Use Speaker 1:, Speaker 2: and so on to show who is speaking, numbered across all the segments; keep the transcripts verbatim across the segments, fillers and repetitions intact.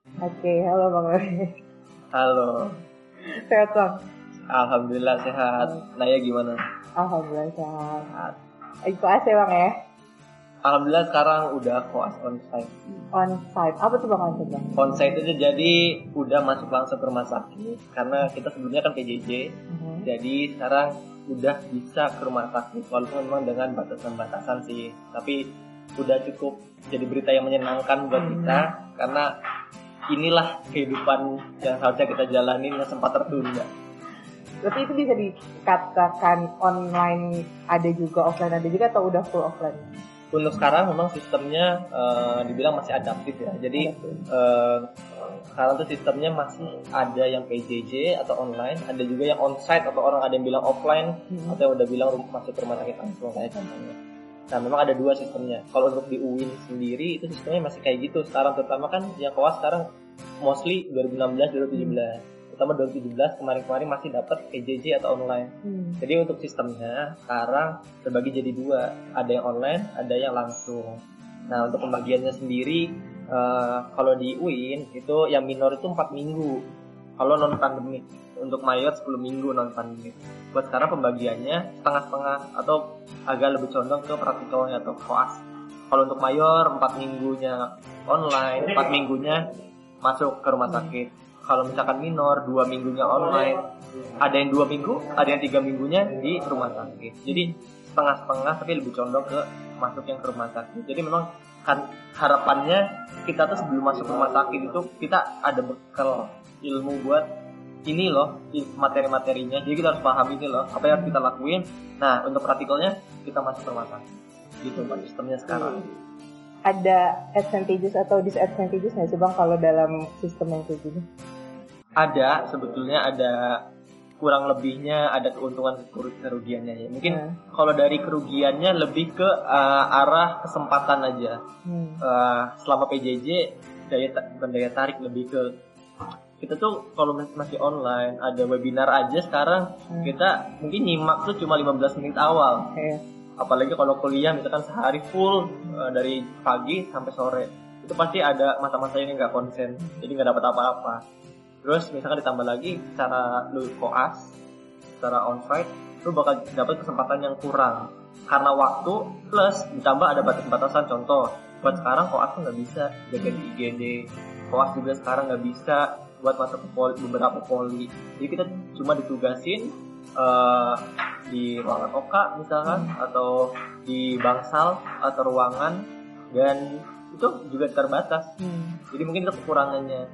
Speaker 1: Oke, halo Bang Roy.
Speaker 2: Halo.
Speaker 1: Sehat Bang?
Speaker 2: Alhamdulillah sehat. Naya gimana?
Speaker 1: Alhamdulillah sehat. Lagi koas ya Bang ya?
Speaker 2: Alhamdulillah sekarang udah koas onsite.
Speaker 1: Onsite, apa tuh Bang onsite Bang?
Speaker 2: Onsite itu jadi udah masuk langsung ke rumah sakit. Karena kita sebelumnya kan P J J. Uh-huh. Jadi sekarang udah bisa ke rumah sakit. Walaupun memang dengan batasan-batasan sih. Tapi udah cukup jadi berita yang menyenangkan buat hmm. kita. Karena inilah kehidupan yang seharusnya kita jalanin yang sempat tertunda.
Speaker 1: Berarti itu bisa dikatakan online ada juga, offline ada juga, atau udah full offline?
Speaker 2: Untuk sekarang memang sistemnya uh, dibilang masih adaptif ya. Jadi uh, sekarang tuh sistemnya masih ada yang P J J atau online, ada juga yang onsite atau orang ada yang bilang offline hmm. atau yang udah bilang masuk ke rumah sakit langsung kayak contohnya. Nah memang ada dua sistemnya. Kalau untuk di U I N sendiri itu sistemnya masih kayak gitu. Sekarang terutama kan yang koas sekarang mostly dua ribu enam belas dua ribu tujuh belas. Hmm. Terutama dua ribu tujuh belas kemarin-kemarin masih dapat P J J atau online. Hmm. Jadi untuk sistemnya sekarang terbagi jadi dua. Ada yang online, ada yang langsung. Nah untuk pembagiannya sendiri uh, kalau di U I N itu yang minor itu empat minggu. Kalau non pandemik. Untuk mayor sepuluh minggu non pandemik. Buat sekarang pembagiannya setengah-setengah atau agak lebih condong ke praktikalnya atau koas. Kalau untuk mayor empat minggunya online, empat minggunya masuk ke rumah sakit. Kalau misalkan minor dua minggunya online, ada yang dua minggu, ada yang tiga minggunya di rumah sakit. Jadi setengah-setengah tapi lebih condong ke masuk yang ke rumah sakit. Jadi memang kan harapannya kita tuh sebelum masuk rumah sakit itu kita ada bekal ilmu buat ini loh materi-materinya. Jadi kita harus paham ini loh apa yang harus kita lakuin. Nah untuk praktikalnya kita masuk rumah sakit. Gitu Pak sistemnya sekarang.
Speaker 1: Ada advantages atau disadvantages nggak sih Bang kalau dalam sistem yang kayak gini?
Speaker 2: Ada, sebetulnya ada kurang lebihnya, ada keuntungan kerugiannya ya. Mungkin hmm. kalau dari kerugiannya lebih ke uh, arah kesempatan aja. Hmm. Uh, selama P J J daya bukan daya tarik lebih ke kita tuh kalau masih online ada webinar aja sekarang hmm. kita mungkin nyimak tuh cuma lima belas menit awal. Hmm. Apalagi kalau kuliah misalkan sehari full uh, dari pagi sampai sore itu pasti ada masa-masa yang nggak konsen jadi nggak dapat apa-apa. Terus misalkan ditambah lagi secara lu koas secara onsite lu bakal dapat kesempatan yang kurang karena waktu plus ditambah ada batas-batasan. Contoh buat sekarang koas tuh nggak bisa jaga di I G D, koas juga sekarang nggak bisa buat masuk ke poli, beberapa poli. Jadi kita cuma ditugasin Uh, di ruangan O K misalkan hmm. atau di bangsal atau ruangan dan itu juga terbatas. hmm. Jadi mungkin itu kekurangannya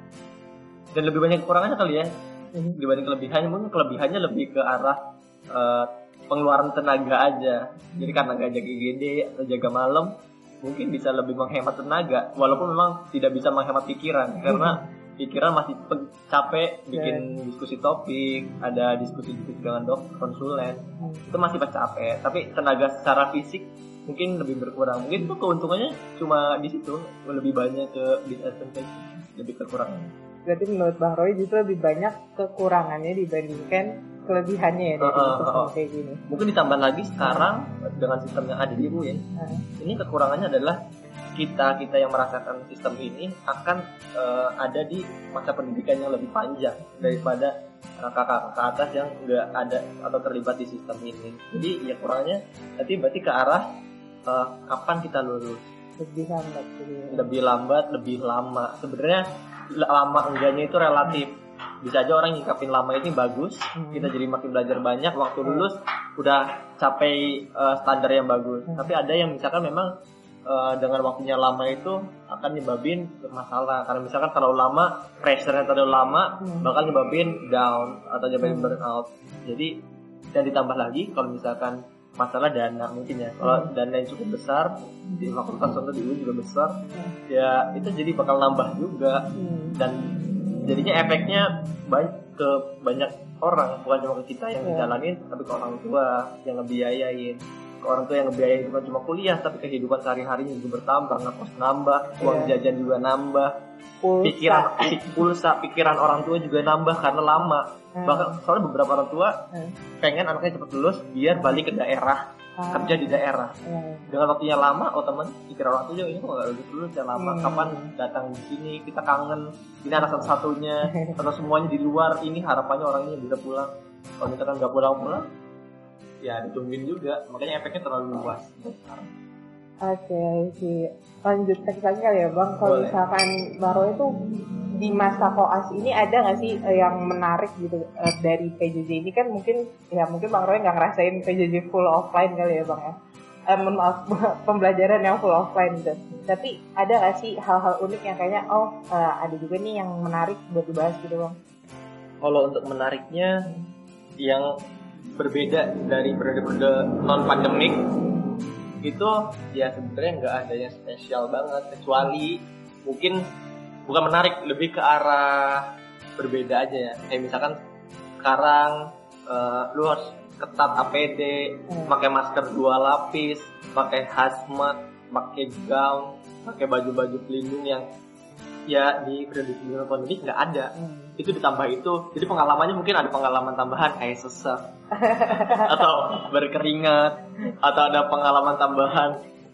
Speaker 2: dan lebih banyak kekurangannya kali ya hmm. dibanding kelebihannya. Mungkin kelebihannya lebih ke arah uh, pengeluaran tenaga aja. Jadi karena gak jaga I G D atau jaga malam mungkin bisa lebih menghemat tenaga walaupun memang tidak bisa menghemat pikiran hmm. karena pikiran masih capek bikin yeah. diskusi topik, ada diskusi-diskusi dengan dokter, konsulen, hmm. itu masih pas capek. Tapi tenaga secara fisik mungkin lebih berkurang. Mungkin itu keuntungannya cuma di situ, lebih banyak ke disadvantage, lebih kekurangan.
Speaker 1: Berarti menurut Bang Roy justru lebih banyak kekurangannya dibandingkan kelebihannya ya dari uh, uh, sistem uh, kayak gini.
Speaker 2: Mungkin ditambah lagi sekarang hmm. dengan sistem yang ada di U I N, hmm. ini kekurangannya adalah kita kita yang merasakan sistem ini akan uh, ada di masa pendidikan yang lebih panjang daripada uh, kakak-kakak atas yang udah ada atau terlibat di sistem ini. Jadi ya kurangnya nanti berarti ke arah uh, kapan kita lulus.
Speaker 1: Lebih lambat.
Speaker 2: Lebih lambat, lebih lama. Sebenarnya lama enggaknya itu relatif. Bisa aja orang nyikapin lama ini bagus, hmm. kita jadi makin belajar banyak. Waktu lulus hmm. udah capai uh, standar yang bagus. Hmm. Tapi ada yang misalkan memang Uh, dengan waktunya lama itu akan nyebabin bermasalah karena misalkan terlalu lama, pressure-nya terlalu lama hmm. bakal nyebabin down atau nyebabin hmm. burnout. Jadi dan ditambah lagi kalau misalkan masalah dana mungkin ya, kalau hmm. dana yang cukup besar di fakultas contoh di U I N juga besar, hmm. ya itu jadi bakal nambah juga hmm. dan jadinya efeknya baik ke banyak orang, bukan cuma ke kita yang yeah. dijalanin, tapi ke orang tua yang ngebiayain. Ke orang tua yang ngebiayain bukan cuma kuliah tapi kehidupan sehari-harinya juga bertambah, ngekos nambah, uang yeah. jajan juga nambah, pulsa. pikiran pulsa pikiran orang tua juga nambah karena lama. Hmm. Bahkan soalnya beberapa orang tua hmm. pengen anaknya cepat lulus biar balik ke daerah ah. kerja di daerah. Hmm. Dengan waktunya lama, oh teman, pikir orang tuh ini kok nggak lulus dulu saya lama. Hmm. Kapan datang di sini? Kita kangen. Ini anak satu-satunya. Atau semuanya di luar. Ini harapannya orang ini bisa pulang. Kalau misalkan nggak pulang-pulang, ya ditungguin juga. Makanya efeknya terlalu luas.
Speaker 1: Oke, okay, sih. Lanjut teks lagi kali ya Bang. Kalau misalkan Bang Roy itu di masa koas ini ada nggak sih yang menarik gitu uh, dari P J J ini kan mungkin ya mungkin Bang Roy nggak ngerasain P J J full offline kali ya Bang ya, uh, maaf pembelajaran yang full offline gitu. Tapi ada nggak sih hal-hal unik yang kayaknya oh uh, ada juga nih yang menarik buat dibahas gitu Bang?
Speaker 2: Kalau untuk menariknya yang berbeda dari periode-periode non pandemik itu ya sebenarnya nggak ada yang spesial banget kecuali mungkin bukan menarik, lebih ke arah berbeda aja ya. Kayak misalkan sekarang uh, lu harus ketat A P D, hmm. pakai masker dua lapis, pakai hazmat, pakai gown, pakai baju-baju pelindung yang ya di periode sebelum pandemi nggak ada. Hmm. Itu ditambah itu, jadi pengalamannya mungkin ada pengalaman tambahan kayak sesek atau berkeringat atau ada pengalaman tambahan.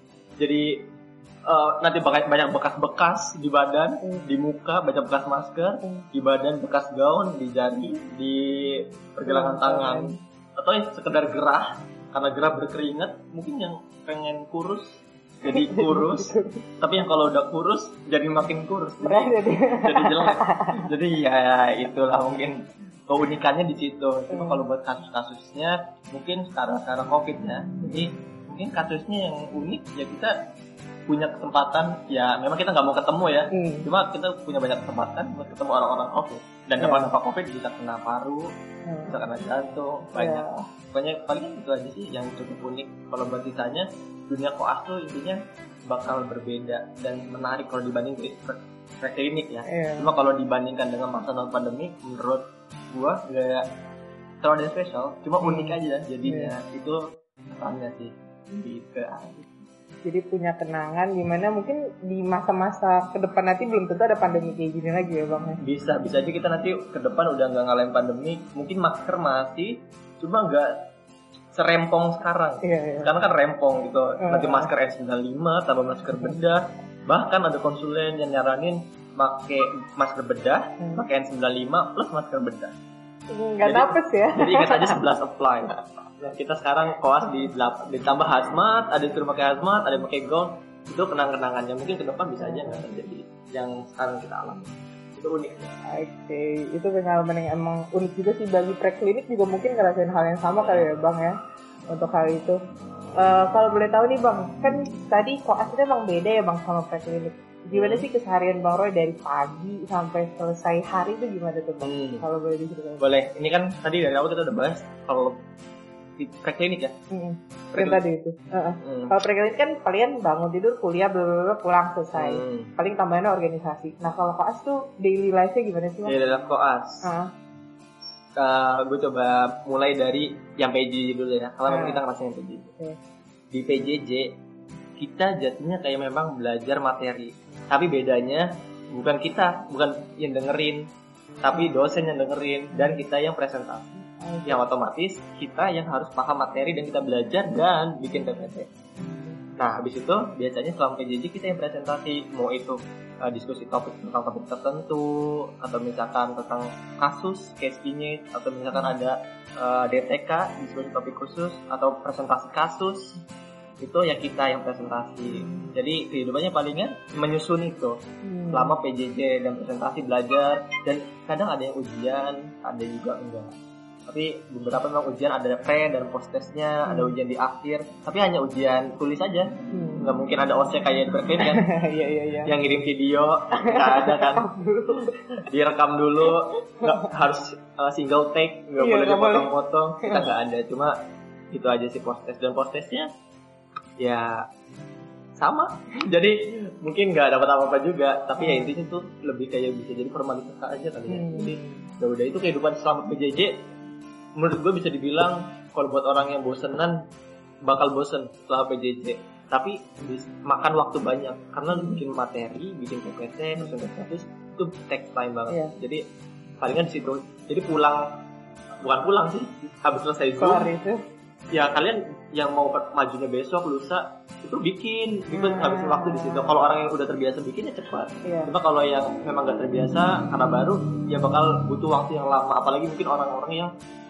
Speaker 2: Jadi Uh, nanti banyak bekas-bekas di badan, mm. di muka banyak bekas masker, mm. di badan bekas gaun, di jari, di pergelangan mm. tangan, atau ya sekedar gerah karena gerah berkeringat. Mungkin yang pengen kurus jadi kurus, tapi yang kalau udah kurus jadi makin kurus, jadi, jadi jelek. Jadi ya itulah mungkin keunikannya di situ. Cuma mm. kalau buat kasus-kasusnya mungkin sekarang-sekarang COVID ya, jadi mungkin kasusnya yang unik ya kita punya kesempatan, ya memang kita nggak mau ketemu ya, hmm. cuma kita punya banyak kesempatan buat ketemu orang-orang COVID. Dan yeah. dampak COVID bisa kena paru, hmm. bisa kena jantung, banyak. Yeah. Pokoknya paling itu aja sih yang cukup unik. Kalau buat ditanya, dunia koas tuh intinya bakal berbeda dan menarik kalau dibanding preklinik ya. Yeah. Cuma kalau dibandingkan dengan masa non pandemi, menurut gua nggak terlalu ada spesial, cuma hmm. unik aja jadinya. Yeah. Itu pesannya sih di ke
Speaker 1: jadi punya kenangan gimana mungkin di masa-masa ke depan nanti belum tentu ada pandemi kayak gini lagi ya Bang.
Speaker 2: Bisa, bisa aja kita nanti ke depan udah nggak ngalahin pandemi, mungkin masker masih, cuma nggak serempong sekarang. Iya, iya. Karena kan rempong gitu, uh, nanti masker N sembilan puluh lima tambah masker bedah, bahkan ada konsulen yang nyaranin pakai masker bedah, hmm. pakai N sembilan puluh lima plus masker bedah.
Speaker 1: Nggak dapet ya.
Speaker 2: Jadi ingat aja sebelas apply. Ya, kita sekarang koas di ditambah hazmat, ada disuruh pakai hazmat, ada pakai gown, itu kenang-kenangannya mungkin ke depan bisa aja nggak terjadi yang sekarang kita alami. Itu unik.
Speaker 1: Oke, okay. Itu pengalaman yang emang unik juga sih bagi preklinik juga mungkin ngerasain hal yang sama kali ya Bang ya untuk hal itu. Uh, kalau boleh tahu nih Bang, kan tadi koas itu emang beda ya Bang sama preklinik. Gimana sih keseharian Bang Roy dari pagi sampai selesai hari itu gimana tuh Bang? Hmm. Kalau boleh diceritain.
Speaker 2: Boleh. Ini kan tadi dari awal kita udah bahas kalau di preklinik ya.
Speaker 1: Hmm. Yang tadi itu. Uh-uh. Hmm. Kalau preklinik kan kalian bangun tidur, kuliah, blablabla, pulang selesai. Hmm. Paling tambahannya organisasi. Nah kalau koas tuh daily life-nya gimana sih Bang?
Speaker 2: Daily life koas. Uh-huh. Uh, gue coba mulai dari yang P J J dulu ya. Kalau uh. kita ngerasain P J J. Okay. Di P J J kita jadinya kayak memang belajar materi. Tapi bedanya bukan kita, bukan yang dengerin, tapi dosen yang dengerin dan kita yang presentasi. Yang otomatis kita yang harus paham materi dan kita belajar dan bikin P P T. Nah, habis itu biasanya selama P J J kita yang presentasi, mau itu uh, diskusi topik tentang topik tertentu atau misalkan tentang kasus, case unit, atau misalkan ada uh, D T K, diskusi topik khusus atau presentasi kasus. Itu ya kita yang presentasi. Jadi kehidupannya palingan menyusun itu hmm. selama P J J dan presentasi belajar, dan kadang ada yang ujian, ada juga enggak. Tapi beberapa memang ujian ada pre dan post testnya, hmm. ada ujian di akhir, tapi hanya ujian tulis aja. Hmm. Nggak mungkin ada O S C kayak berkait kan.
Speaker 1: Iya iya iya.
Speaker 2: Yang ngirim video nggak ada kan. Direkam dulu, nggak harus uh, single take, nggak iya, boleh dipotong-potong. Kita nggak ada, cuma itu aja sih post test, dan post testnya ya sama. Jadi mungkin nggak dapat apa-apa juga, tapi ya intinya tuh lebih kayak bisa jadi formalitas aja kali ya. Hmm. Jadi udah itu kehidupan selama P J J. Menurut gue bisa dibilang kalau buat orang yang bosenan bakal bosen setelah P J J, tapi makan waktu banyak karena bikin materi, bikin P P T, presentasi itu take time banget. Yeah. Jadi palingan di situ. Jadi pulang, bukan pulang sih, habis selesai Zoom, ya kalian yang mau majunya besok lusa itu bikin itu habisin waktu di situ. Kalau orang yang udah terbiasa bikinnya cepat. Yeah. Cuma kalau yang memang gak terbiasa karena baru ya bakal butuh waktu yang lama. Apalagi mungkin orang-orang yang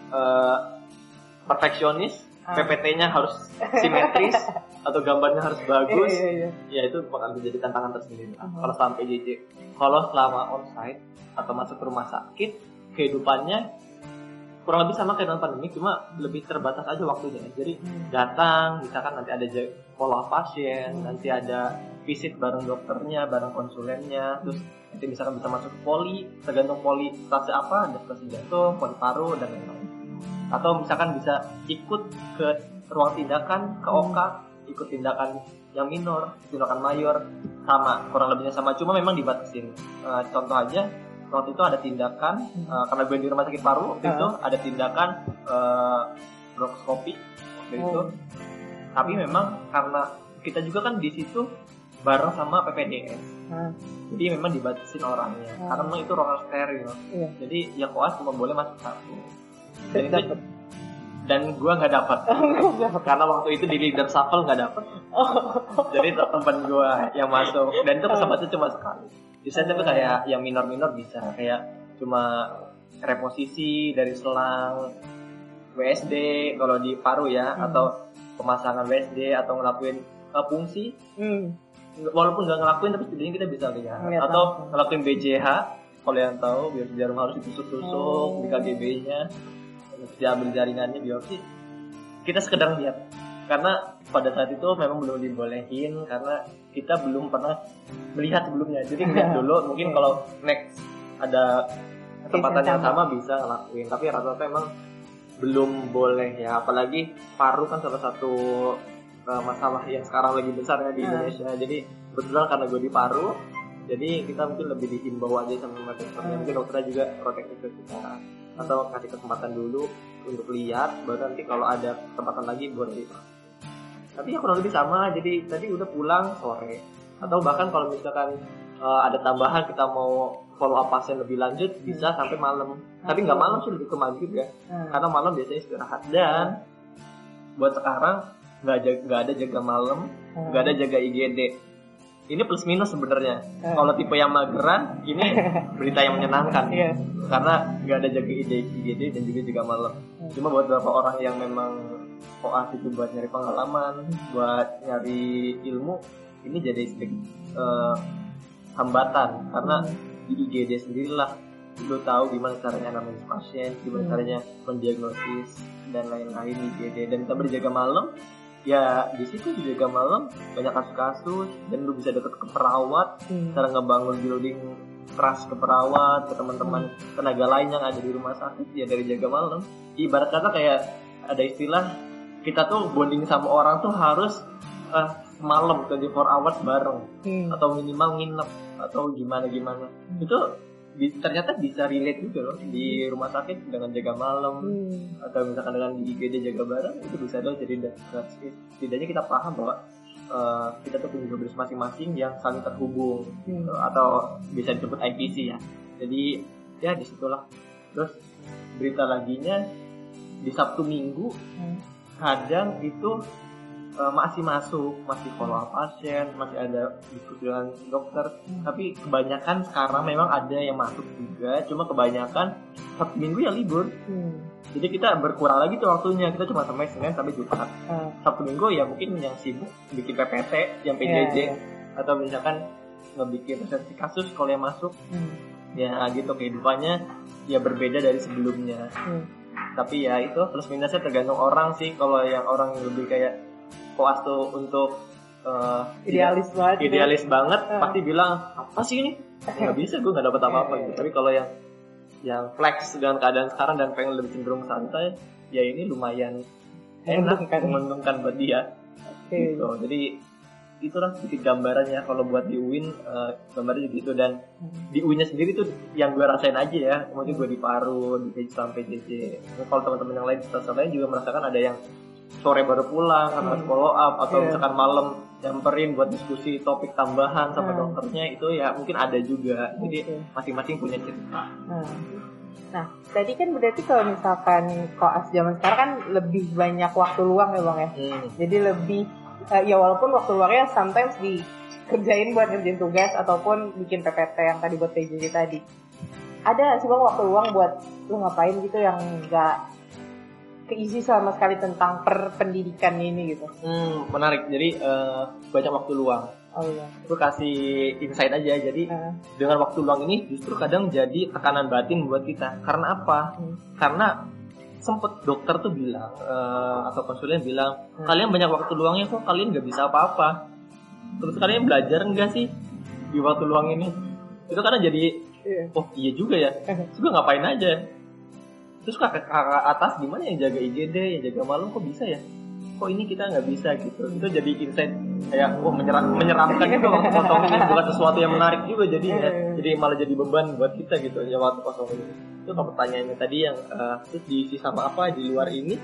Speaker 2: uh, perfeksionis, ah. P P T-nya harus simetris atau gambarnya harus bagus. Yeah, yeah, yeah. Ya itu bakal menjadi tantangan tersendiri. Uh-huh. Kalau selama P J J, kalau selama onsite atau masuk ke rumah sakit, kehidupannya kurang lebih sama kayak non pandemi, cuma lebih terbatas aja waktunya. Jadi hmm. datang, misalkan nanti ada follow up pasien, hmm. nanti ada visit bareng dokternya, bareng konsulennya, terus nanti misalkan bisa masuk ke poli, tergantung poli stase apa, ada stase jantung, poli paru dan lain-lain. Atau misalkan bisa ikut ke ruang tindakan, ke O K, ikut tindakan yang minor, tindakan mayor, sama kurang lebihnya sama, cuma memang dibatasin. Uh, contoh aja. Waktu itu ada tindakan uh, karena gue di rumah sakit paru waktu uh. itu ada tindakan uh, bronkoskopi waktu oh. itu. Tapi memang karena kita juga kan di situ bareng sama P P D S, uh. jadi memang dibatasin orangnya uh. karena memang itu ruangan steril. Yeah. Jadi yang koas cuma boleh masuk satu. Dan itu dan gue nggak dapat karena waktu itu di leader shuffle nggak dapat. Oh. Jadi teman gue yang masuk dan itu kesempatannya cuma sekali. Bisa tapi kayak yang minor-minor bisa kayak cuma reposisi dari selang W S D kalau di paru ya hmm. atau pemasangan W S D atau ngelakuin uh, fungsi hmm. walaupun nggak ngelakuin tapi setidaknya kita bisa lihat Lihat atau langsung. Ngelakuin B J H kalau yang tahu biopsi jarum harus ditusuk-tusuk oh. di K G B-nya diambil jaringannya biopsi kita sekedar lihat karena pada saat itu memang belum dibolehin karena kita belum pernah melihat sebelumnya. Jadi lihat dulu, mungkin kalau next ada kesempatan yang sama bisa ngelakuin. Tapi rata-rata memang belum boleh ya. Apalagi paru kan salah satu uh, masalah yang sekarang lagi besar ya di Indonesia. Jadi kebetulan karena gue di paru, jadi kita mungkin lebih dihimbau aja sama dokternya. Mungkin dokternya juga protektif ke kita atau kasih kesempatan dulu untuk lihat. Baru nanti kalau ada kesempatan lagi boleh. Tapi ya kurang lebih sama, jadi tadi udah pulang sore. Atau bahkan kalau misalkan uh, ada tambahan kita mau follow up pasien lebih lanjut, bisa sampai malam. Tapi nggak malam sih, lebih ke maghrib ya. Hmm. Karena malam biasanya istirahat. Dan buat sekarang nggak nggak ada jaga malam, nggak ada jaga I G D. Ini plus minus sebenarnya. Hmm. Kalau tipe yang mageran, ini berita yang menyenangkan. Yeah. Karena nggak ada jaga I G D dan juga jaga malam. Hmm. Cuma buat beberapa orang yang memang koas itu buat nyari pengalaman, buat nyari ilmu, ini jadi sedikit uh, hambatan karena di I G D sendirilah lu tahu gimana caranya analisis pasien, gimana hmm. caranya mendiagnosis dan lain-lain I G D. Dan kita berjaga malam, ya di situ berjaga malam banyak kasus-kasus dan lu bisa deket ke perawat, hmm. cara ngebangun building trust ke perawat, ke teman-teman hmm. tenaga lain yang ada di rumah sakit ya dari jaga malam. Ibarat kata kayak ada istilah kita tuh bonding sama orang tuh harus uh, malam dua puluh empat hours bareng hmm. atau minimal nginep atau gimana-gimana. Hmm. Itu di, ternyata bisa relate juga loh di rumah sakit dengan jaga malam hmm. atau misalkan dengan di I G D jaga bareng itu bisa loh jadi setidaknya kita paham bahwa uh, kita tuh punya job masing-masing yang saling terhubung hmm. gitu, atau bisa disebut I P C ya. Jadi ya disitulah. Terus berita laginya di Sabtu Minggu hmm. kadang itu uh, masih masuk, masih follow up pasien, masih ada diskusi dengan dokter. Hmm. Tapi kebanyakan sekarang memang ada yang masuk juga, cuma kebanyakan Sabtu Minggu ya libur. Hmm. Jadi kita berkurang lagi tuh waktunya, kita cuma sampai Senin sampai Jumat. Hmm. Sabtu Minggu ya mungkin yang sibuk bikin P P T, yang P J J, yeah, yeah. atau misalkan ngebikin resepsi kasus kalau yang masuk. Hmm. Ya gitu kehidupannya ya berbeda dari sebelumnya. Hmm. Tapi ya itu plus minusnya tergantung orang sih. Kalau yang orang yang lebih kayak koas tuh untuk uh,
Speaker 1: idealis banget,
Speaker 2: idealis banget uh. pasti bilang apa sih ini? Nggak bisa, gue nggak dapat apa-apa gitu. Tapi kalau yang yang flex dengan keadaan sekarang dan pengen lebih cenderung santai, ya ini lumayan enak, menguntungkan buat dia. Okay. Gitu. Jadi itulah sedikit gambarannya kalau buat di U I N uh, gambarnya gitu. Dan di U I N-nya sendiri tuh yang gue rasain aja ya, kemudian gue di paru, di P J sampai J J. Kalau teman-teman yang lain di stasiun lain juga merasakan ada yang sore baru pulang karena
Speaker 1: hmm.
Speaker 2: follow up atau
Speaker 1: yeah.
Speaker 2: misalkan malam nyamperin buat diskusi topik tambahan sama
Speaker 1: hmm.
Speaker 2: dokternya, itu ya mungkin ada juga. Jadi
Speaker 1: okay.
Speaker 2: masing-masing punya cerita.
Speaker 1: Hmm. Nah, tadi kan berarti kalau misalkan koas zaman sekarang kan lebih banyak waktu luang ya Bang ya. Hmm. Jadi lebih uh, ya walaupun waktu luangnya sometimes dikerjain buat ngerjain tugas ataupun bikin P P T yang tadi buat P J J tadi. Ada nggak sih Bang waktu luang buat lu ngapain gitu yang nggak keisi sama sekali tentang perpendidikan ini gitu?
Speaker 2: Hmm, menarik. Jadi uh, banyak waktu luang.
Speaker 1: Oh iya.
Speaker 2: Itu kasih insight aja. Jadi uh. dengan waktu luang ini justru kadang jadi tekanan batin buat kita. Karena apa? Hmm. Karena sempet dokter tuh bilang uh, atau konsulnya bilang hmm. kalian banyak waktu luangnya kok kalian nggak bisa apa-apa. Terus kalian belajar nggak sih di waktu luang ini? Itu karena jadi oh iya juga ya, terus gue ngapain aja. Terus kakak kakak atas gimana yang jaga I G D, yang jaga malam kok bisa ya? Kok ini kita nggak bisa gitu? Itu jadi insight kayak wah menyeram, menyeramkan gitu waktu kosong ini, bukan sesuatu yang menarik juga jadi ya. Jadi malah jadi beban buat kita gitu ya waktu kosong ini. Itu kalau pertanyaannya tadi yang uh, terus diisi sama apa di luar ini?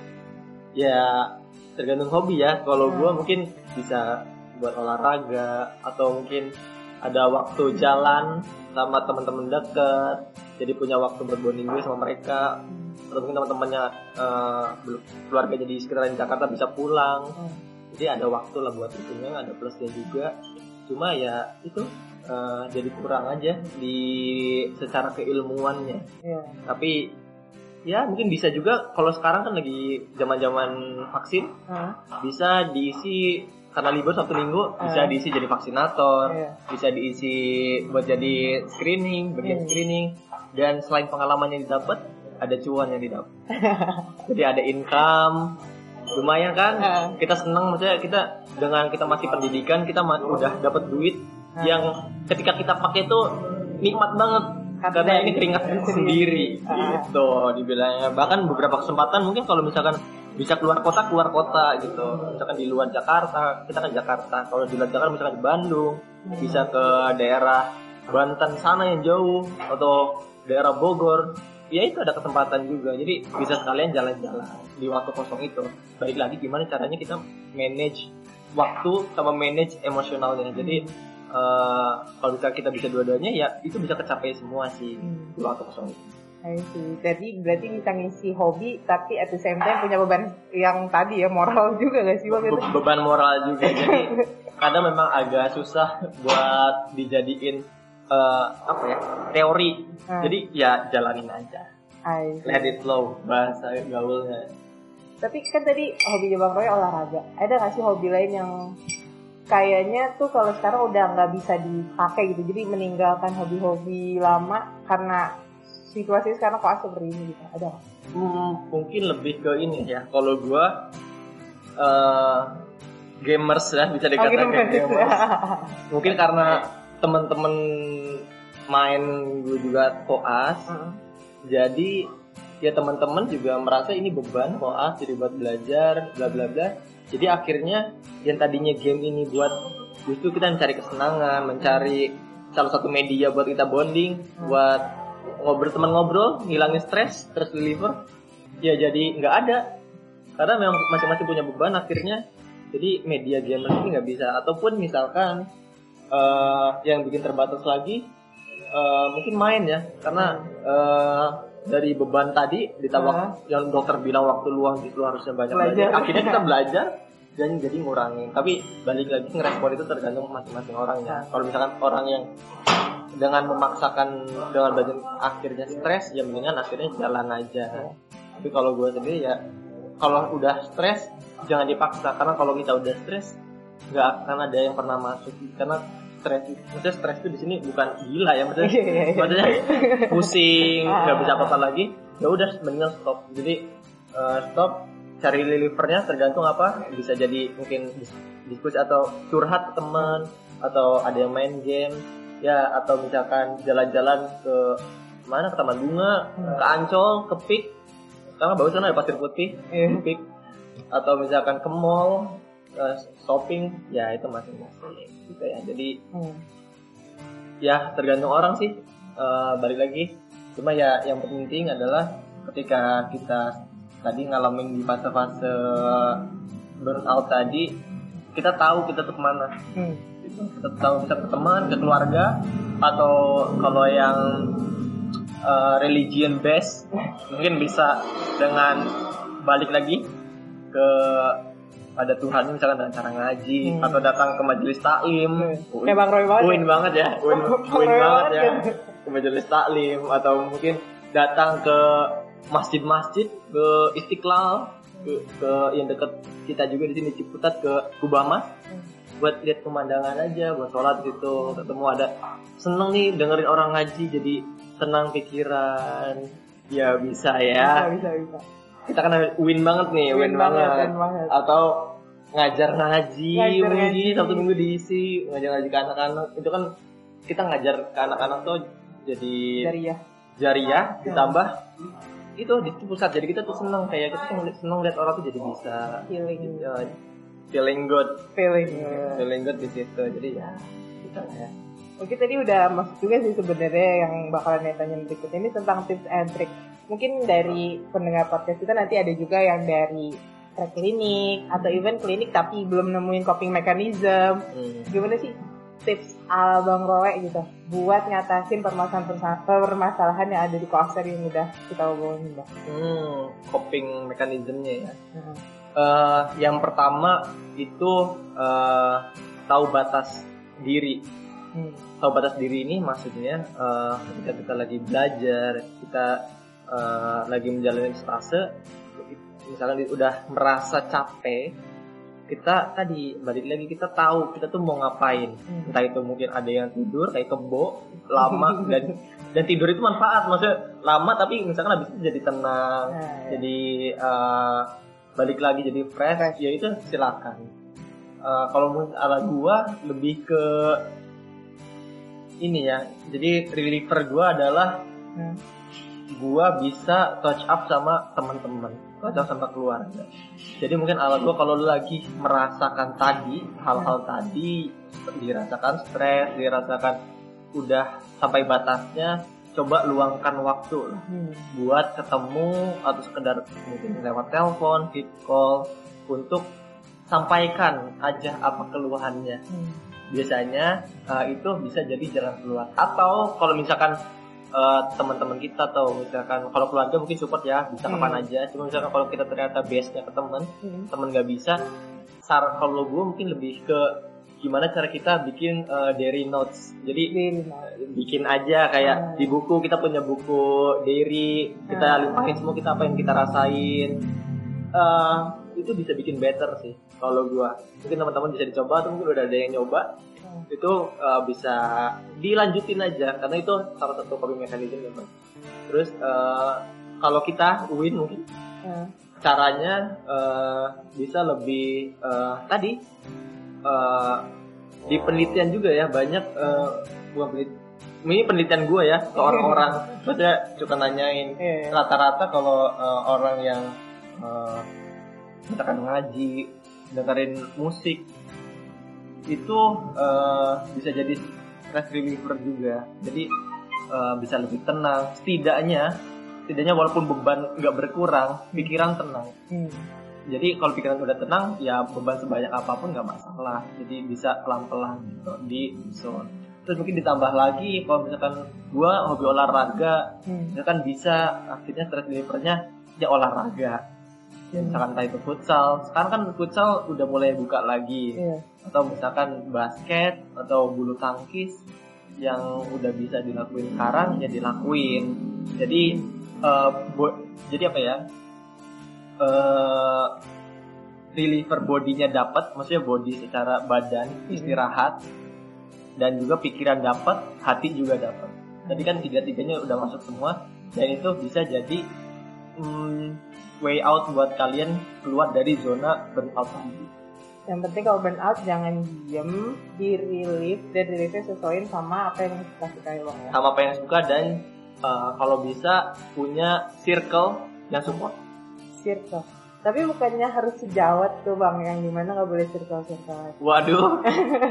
Speaker 2: Ya tergantung hobi ya. Kalau gue mungkin bisa buat olahraga atau mungkin ada waktu jalan sama teman-teman dekat, jadi punya waktu berbonding juga sama mereka. Atau mungkin teman-temannya uh, keluarganya di sekitaran Jakarta bisa pulang. Jadi ada waktu lah buat itunya, ada plusnya juga. Cuma ya itu uh, jadi kurang aja di secara keilmuannya. Yeah. Tapi ya mungkin bisa juga kalau sekarang kan lagi zaman-zaman vaksin, uh. bisa diisi. Karena libur Sabtu Minggu bisa diisi jadi vaksinator, yeah. bisa diisi buat jadi screening, bagian mm. screening, dan selain pengalaman yang didapat, ada cuan yang didapat. Jadi ada income, lumayan kan? Uh. Kita senang, maksudnya kita dengan kita masih pendidikan, kita ma- udah dapat duit uh. yang ketika kita pakai itu nikmat banget. Karena, karena ini keringat sendiri, uh. gitu dibilangnya. Bahkan beberapa kesempatan mungkin kalau misalkan bisa keluar kota keluar kota gitu, misalkan di luar Jakarta, kita kan Jakarta, kalau di luar Jakarta misalkan di Bandung, hmm. bisa ke daerah Banten sana yang jauh atau daerah Bogor, ya itu ada kesempatan juga. Jadi bisa sekalian jalan-jalan di waktu kosong itu. Balik lagi gimana caranya kita manage waktu sama manage emosionalnya. Jadi uh, kalau bisa kita bisa dua-duanya, ya itu bisa kecapai semua sih hmm. di waktu kosong itu.
Speaker 1: Sih. Jadi berarti bisa ngisi hobi tapi at the same time punya beban yang tadi ya moral juga gak sih Bang?
Speaker 2: Be- beban moral juga. Jadi kadang memang agak susah buat dijadiin uh, apa ya teori. Hmm. Jadi ya jalanin aja. Let it flow bahasa gaulnya.
Speaker 1: Tapi kan tadi hobinya Bang Roy olahraga. Ada gak sih hobi lain yang kayaknya tuh kalau sekarang udah nggak bisa dipakai gitu? Jadi meninggalkan hobi-hobi lama karena situasi sekarang kok seperti ini gitu, ada?
Speaker 2: Hmm, mungkin lebih ke ini ya. Kalau gue uh, gamers ya, bisa dikatakan oh, gamers. gamers. Mungkin karena teman-teman main gue juga koas, uh-huh. jadi ya teman-teman juga merasa ini beban koas, jadi buat belajar, bla bla bla. Jadi akhirnya yang tadinya game ini buat justru kita mencari kesenangan, mencari salah satu media buat kita bonding, uh-huh. buat ngobrol teman ngobrol, ngilangin stres, stress reliever, ya jadi nggak ada karena memang masing-masing punya beban akhirnya. Jadi media gamer ini nggak bisa. Ataupun misalkan uh, yang bikin terbatas lagi uh, mungkin main ya, karena uh, dari beban tadi ditambah uh. yang dokter bilang waktu luang itu harusnya banyak belajar. belajar. Akhirnya kita belajar dan jadi ngurangin. Tapi balik lagi ngerespon itu tergantung masing-masing orangnya. Kalau misalkan orang yang dengan memaksakan dengan badan akhirnya stres, ya mendingan akhirnya jalan aja. Tapi kalau gue sendiri ya kalau udah stres jangan dipaksa, karena kalau kita udah stres nggak akan ada yang pernah masuk. Karena stres, maksudnya stres itu di sini bukan gila ya, maksudnya, maksudnya pusing nggak bisa apa-apa lagi. Ya udah mendingan stop. Jadi uh, stop, cari relievernya tergantung apa, bisa jadi mungkin diskusi atau curhat ke teman, atau ada yang main game. Ya, atau misalkan jalan-jalan ke mana, ke Taman Bunga, hmm. ke Ancol, ke Pik. Sekarang bagus kan ada pasir putih, yeah. Pik. Atau misalkan ke mall, uh, shopping, ya itu masing-masing gitu ya. Jadi hmm. ya tergantung orang sih. Uh, balik lagi. Cuma ya yang penting adalah ketika kita tadi ngalamin di fase-fase burnout tadi, kita tahu kita tuh kemana. Hmm. Kita tahu bisa ke teman, ke keluarga, atau kalau yang uh, religion based mungkin bisa dengan balik lagi ke pada Tuhan, misalkan dengan cara ngaji hmm. atau datang ke majelis taklim.
Speaker 1: Hmm. Kayak Bang Roy banget.
Speaker 2: Win banget ya, win, win banget ya. Ke majelis taklim atau mungkin datang ke masjid-masjid, ke Istiqlal, ke, ke yang dekat kita juga di sini Ciputat, ke Kubama. Hmm. Buat lihat pemandangan aja, buat sholat gitu, ketemu ada seneng nih dengerin orang ngaji, jadi tenang pikiran. Ya bisa ya.
Speaker 1: Bisa, bisa, bisa.
Speaker 2: Kita kan win banget nih, win, win banget. banget. banget. Atau ngajar ngaji, ngajar mungkin ngaji. Satu minggu diisi ngajar ngaji ke anak-anak. Itu kan kita ngajar ke anak-anak tuh jadi
Speaker 1: jariah,
Speaker 2: jariah ditambah itu di pusat. Jadi kita tuh seneng, kayak kita tuh seneng lihat orang tuh jadi bisa
Speaker 1: feeling,
Speaker 2: ya, feeling good,
Speaker 1: feeling, good.
Speaker 2: feeling good di situ. Jadi ya kita ya.
Speaker 1: Oke, tadi udah masuk juga sih sebenarnya yang bakalan tanya berikutnya ini tentang tips and trick. Mungkin dari pendengar podcast kita nanti ada juga yang dari klinik atau even klinik tapi belum nemuin coping mechanism. Hmm. Gimana sih tips ala Bang Rowe gitu buat ngatasin permasalahan permasalahan yang ada di koaser yang udah kita omongin, Bang?
Speaker 2: Hmm, coping mechanismnya ya. Hmm. Uh, yang pertama itu uh, tahu batas diri. Hmm. Tahu batas diri ini maksudnya uh, ketika kita lagi belajar, kita uh, lagi menjalani fase, misalkan udah merasa capek, kita tadi balik lagi kita tahu kita tuh mau ngapain. Hmm. Entah itu mungkin ada yang tidur kayak kebo lama dan dan tidur itu manfaat, maksudnya lama tapi misalkan habis itu jadi tenang, nah, ya. jadi uh, balik lagi jadi fresh, fresh. Ya itu silakan. Uh, kalau menurut ala gua lebih ke ini ya, jadi reliever gue adalah hmm. gue bisa touch up sama teman-teman, touch up sama keluarga. Jadi mungkin ala gue kalau lagi merasakan tadi hal-hal hmm. tadi, dirasakan stres, dirasakan udah sampai batasnya, coba luangkan waktu lah hmm. buat ketemu atau sekedar mungkin lewat telepon, video call untuk sampaikan aja apa keluhannya. Hmm. Biasanya uh, itu bisa jadi jalan keluar. Atau kalau misalkan uh, teman-teman kita atau misalkan kalau keluarga mungkin support ya bisa hmm. kapan aja. Cuma misalkan kalau kita ternyata base-nya ke teman, hmm. teman nggak bisa. Sar kalau gue mungkin lebih ke gimana cara kita bikin uh, diary notes. Jadi uh, bikin aja kayak hmm. di buku, kita punya buku diary, kita hmm. limpahin semua kita apa yang kita rasain. Uh, itu bisa bikin better sih kalau gua. Mungkin teman-teman bisa dicoba atau mungkin udah ada yang nyoba. Hmm. Itu uh, bisa dilanjutin aja karena itu salah satu coping mechanism memang. Terus uh, kalau kita win mungkin hmm. caranya uh, bisa lebih uh, tadi uh, di penelitian juga ya banyak uh, bukan penelitian ini penelitian gue ya ke orang-orang. Maksudnya suka nanyain rata-rata kalau uh, orang yang uh, misalkan ngaji, dengerin musik itu uh, bisa jadi stress reliever juga. Jadi uh, bisa lebih tenang. Setidaknya, setidaknya walaupun beban nggak berkurang, pikiran tenang. Hmm. Jadi kalau pikiran udah tenang, ya beban sebanyak apapun nggak masalah. Jadi bisa pelan-pelan gitu di zone. Terus mungkin ditambah lagi kalau misalkan gua hobi olahraga, hmm. misalkan bisa akhirnya stress relievernya ya olahraga. Ya, misalkan entah itu futsal, sekarang kan futsal udah mulai buka lagi, yeah. atau misalkan basket atau bulu tangkis yang udah bisa dilakuin sekarang ya dilakuin. Jadi uh, bo- jadi apa ya? Uh, reliever bodinya dapat, maksudnya body secara badan istirahat dan juga pikiran dapat, hati juga dapat. Jadi kan tiga-tiganya udah masuk semua dan itu bisa jadi um, way out buat kalian keluar dari zona burnout tadi.
Speaker 1: Yang penting kalau burnout jangan diem, di relief dan reliefnya sesuaiin sama apa yang kita suka ya Bang ya.
Speaker 2: Sama apa yang suka dan uh, kalau bisa punya circle yang support.
Speaker 1: Circle. Tapi bukannya harus sejawat tuh Bang, yang dimana nggak boleh circle-circle.
Speaker 2: Waduh.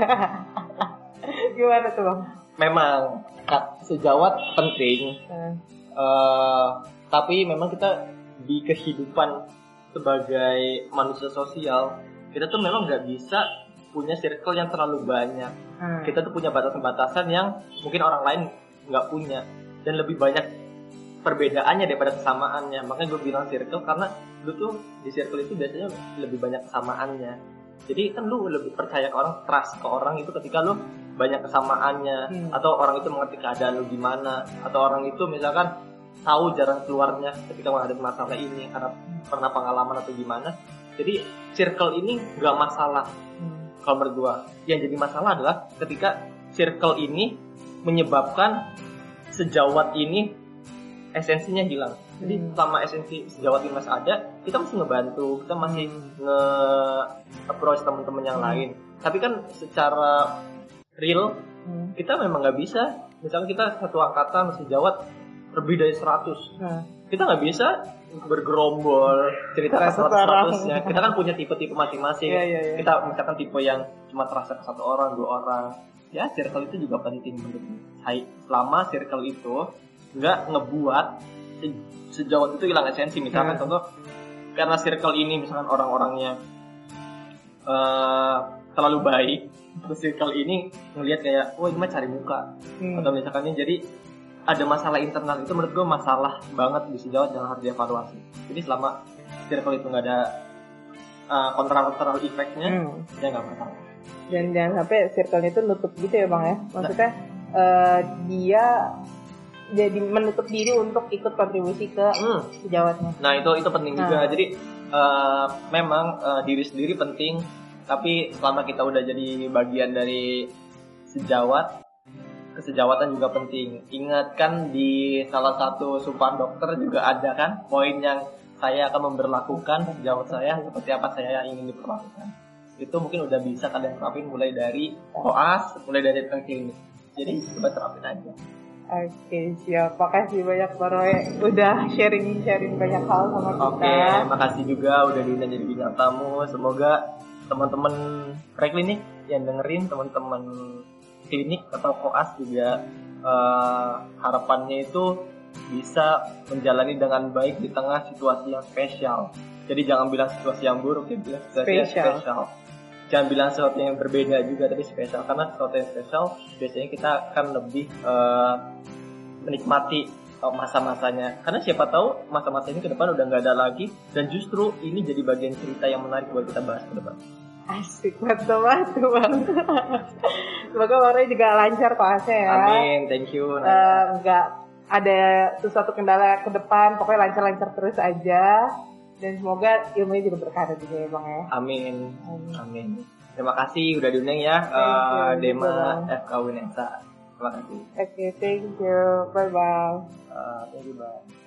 Speaker 1: Gimana tuh Bang?
Speaker 2: Memang sejawat penting. Hmm. Uh, tapi memang kita di kehidupan sebagai manusia sosial, kita tuh memang nggak bisa punya circle yang terlalu banyak. Hmm. Kita tuh punya batasan-batasan yang mungkin orang lain nggak punya, dan lebih banyak perbedaannya daripada kesamaannya. Makanya gue bilang circle, karena lu tuh di circle itu biasanya lebih banyak kesamaannya. Jadi kan lu lebih percaya ke orang, trust ke orang itu ketika lu banyak kesamaannya. Hmm. Atau orang itu mengerti keadaan lu gimana, atau orang itu misalkan tahu jarang keluarnya ketika menghadapi masalah ini karena pernah pengalaman atau gimana. Jadi circle ini nggak masalah. Hmm. Kalau menurut gua, yang jadi masalah adalah ketika circle ini menyebabkan sejawat ini esensinya hilang. Jadi hmm. selama esensi sejawat ini masih ada, kita masih ngebantu, kita masih nge-approach teman-teman yang hmm. lain. Tapi kan secara real hmm. kita memang nggak bisa. Misalnya kita satu angkatan sejawat lebih dari seratus. Hmm. Kita nggak bisa bergerombol cerita ke seratus-seratusnya. Kita kan punya tipe-tipe masing-masing. Yeah, yeah, yeah. Kita misalkan tipe yang cuma terasa ke satu orang, dua orang. Ya, circle itu juga penting menurut saya. Selama circle itu nggak ngebuat sejauh itu hilang esensi. Misalkan yeah. contoh, karena circle ini misalkan orang-orangnya uh, terlalu baik, terus circle ini ngelihat kayak, oh ini mah cari muka. Hmm. Atau misalkan ini jadi ada masalah internal, itu menurut gue masalah banget di sejawat yang harus dievaluasi. Jadi selama circle itu nggak ada uh, kontra-kontra efeknya, hmm. ya nggak masalah.
Speaker 1: Dan jangan sampai circle itu nutup gitu ya bang ya, maksudnya nah. uh, dia jadi menutup diri untuk ikut kontribusi ke hmm. sejawatnya.
Speaker 2: Nah itu itu penting nah. juga. Jadi uh, memang uh, diri sendiri penting, tapi selama kita udah jadi bagian dari sejawat, kesejawatan juga penting. Ingat kan di salah satu sumpah dokter juga ada kan poin yang saya akan memberlakukan sejawat saya seperti apa saya ingin diperlakukan. Itu mungkin udah bisa kalian terapin mulai dari koas, mulai dari klinik. Jadi coba terapin aja.
Speaker 1: Oke, siap. Makasih banyak Pak Roy udah sharing-sharing banyak hal sama kita.
Speaker 2: Oke, makasih juga udah diundang jadi bintang tamu. Semoga teman-teman preklinik yang dengerin, teman-teman klinik atau koas juga uh, harapannya itu bisa menjalani dengan baik di tengah situasi yang spesial. Jadi jangan bilang situasi yang buruk, ya bilang situasi yang spesial. Jangan bilang sesuatu yang berbeda juga, tapi spesial. Karena sesuatu yang spesial biasanya kita akan lebih uh, menikmati uh, masa-masanya. Karena siapa tahu masa-masa ini ke depan udah nggak ada lagi, dan justru ini jadi bagian cerita yang menarik buat kita bahas ke depan.
Speaker 1: Asik, mantap banget bang. Semoga Roy juga lancar koasnya ya.
Speaker 2: Amin, thank you.
Speaker 1: Uh, nggak ada sesuatu kendala ke depan, pokoknya lancar-lancar terus aja. Dan semoga ilmunya juga berkah juga ya bang ya.
Speaker 2: Amin. Amin. Amin. Terima kasih udah diundang ya, uh, Dema F K Winesa. Terima kasih.
Speaker 1: Oke, okay, thank you. Bye bye.
Speaker 2: Uh, thank you bang.